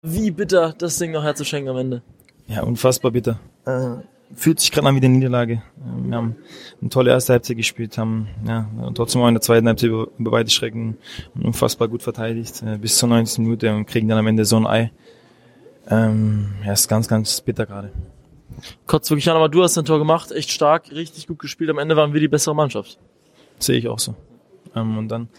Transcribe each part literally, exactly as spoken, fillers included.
Wie bitter, das Ding noch herzuschenken am Ende. Ja, unfassbar bitter. Äh, fühlt sich gerade an wie eine Niederlage. Wir haben eine tolle erste Halbzeit gespielt, haben ja trotzdem auch in der zweiten Halbzeit über, über beide Strecken unfassbar gut verteidigt, äh, bis zur neunzigsten Minute und kriegen dann am Ende so ein Ei. Ähm, ja, ist ganz, ganz bitter gerade. Kotzt wirklich an, aber du hast ein Tor gemacht, echt stark, richtig gut gespielt. Am Ende waren wir die bessere Mannschaft. Sehe ich auch so. Ähm, und dann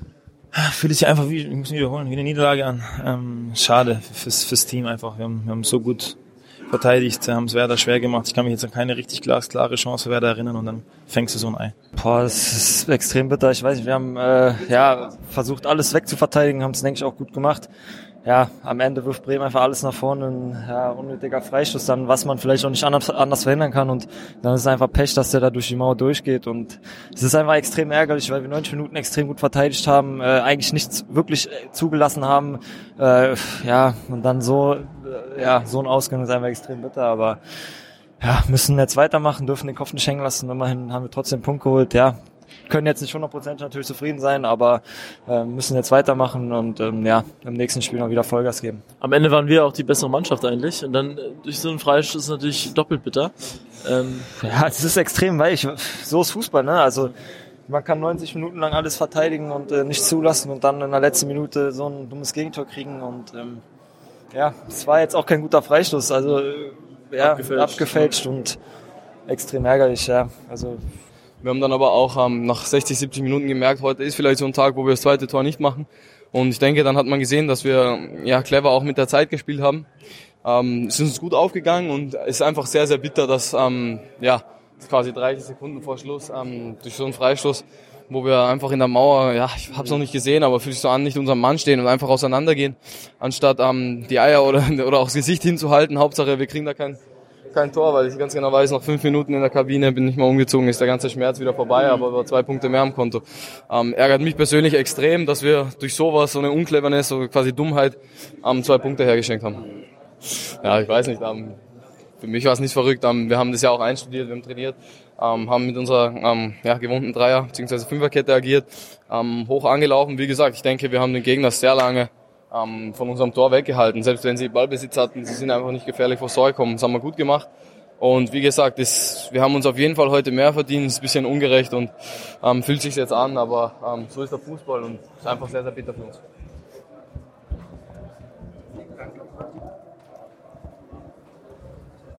fühlt es sich einfach wie, ich muss mich wiederholen, wie eine Niederlage an. Ähm, schade fürs, fürs Team einfach. Wir haben, wir haben so gut verteidigt, haben es Werder schwer gemacht. Ich kann mich jetzt an keine richtig glasklare Chance für Werder erinnern und dann fängst du so ein Ei. Boah, das ist extrem bitter. Ich weiß nicht, wir haben äh, ja versucht, alles wegzuverteidigen, haben es, denke ich, auch gut gemacht. Ja, am Ende wirft Bremen einfach alles nach vorne, ein ja, unnötiger Freistoß dann, was man vielleicht auch nicht anders, anders verhindern kann, und dann ist es einfach Pech, dass der da durch die Mauer durchgeht, und es ist einfach extrem ärgerlich, weil wir neunzig Minuten extrem gut verteidigt haben, äh, eigentlich nichts wirklich äh, zugelassen haben, äh, ja, und dann so, äh, ja, so ein Ausgang ist einfach extrem bitter, aber ja, müssen jetzt weitermachen, dürfen den Kopf nicht hängen lassen, immerhin haben wir trotzdem einen Punkt geholt, ja. Können jetzt nicht hundert Prozent natürlich zufrieden sein, aber äh, müssen jetzt weitermachen und ähm, ja, im nächsten Spiel noch wieder Vollgas geben. Am Ende waren wir auch die bessere Mannschaft eigentlich, und dann äh, durch so einen Freistoß ist natürlich doppelt bitter. Ähm, ja, es ist extrem weich. So ist Fußball, ne? Also man kann neunzig Minuten lang alles verteidigen und äh, nicht zulassen und dann in der letzten Minute so ein dummes Gegentor kriegen, und ähm, ja, es war jetzt auch kein guter Freistoß, also äh, ja, abgefälscht. abgefälscht und extrem ärgerlich, ja. Also wir haben dann aber auch ähm, nach sechzig, siebzig Minuten gemerkt, heute ist vielleicht so ein Tag, wo wir das zweite Tor nicht machen. Und ich denke, dann hat man gesehen, dass wir ja clever auch mit der Zeit gespielt haben. Ähm, es ist uns gut aufgegangen und es ist einfach sehr, sehr bitter, dass ähm, ja quasi dreißig Sekunden vor Schluss ähm, durch so einen Freistoß, wo wir einfach in der Mauer, ja, ich habe es noch nicht gesehen, aber fühlt sich so an, nicht unserem Mann stehen und einfach auseinandergehen, anstatt ähm, die Eier oder oder auch das Gesicht hinzuhalten. Hauptsache, wir kriegen da kein kein Tor, weil ich ganz genau weiß, nach fünf Minuten in der Kabine bin ich mal umgezogen, ist der ganze Schmerz wieder vorbei, aber über zwei Punkte mehr am Konto. Ähm, ärgert mich persönlich extrem, dass wir durch sowas, so eine Uncleverness, so quasi Dummheit, ähm, zwei Punkte hergeschenkt haben. Ja, ich weiß nicht, ähm, für mich war es nicht verrückt, ähm, wir haben das ja auch einstudiert, wir haben trainiert, ähm, haben mit unserer ähm, ja, gewohnten Dreier- bzw. Fünferkette agiert, ähm, hoch angelaufen. Wie gesagt, ich denke, wir haben den Gegner sehr lange von unserem Tor weggehalten. Selbst wenn sie Ballbesitz hatten, sie sind einfach nicht gefährlich vors Tor gekommen. Das haben wir gut gemacht. Und wie gesagt, das, wir haben uns auf jeden Fall heute mehr verdient. Ist ein bisschen ungerecht und ähm, fühlt sich jetzt an, aber ähm, so ist der Fußball und ist einfach sehr, sehr bitter für uns.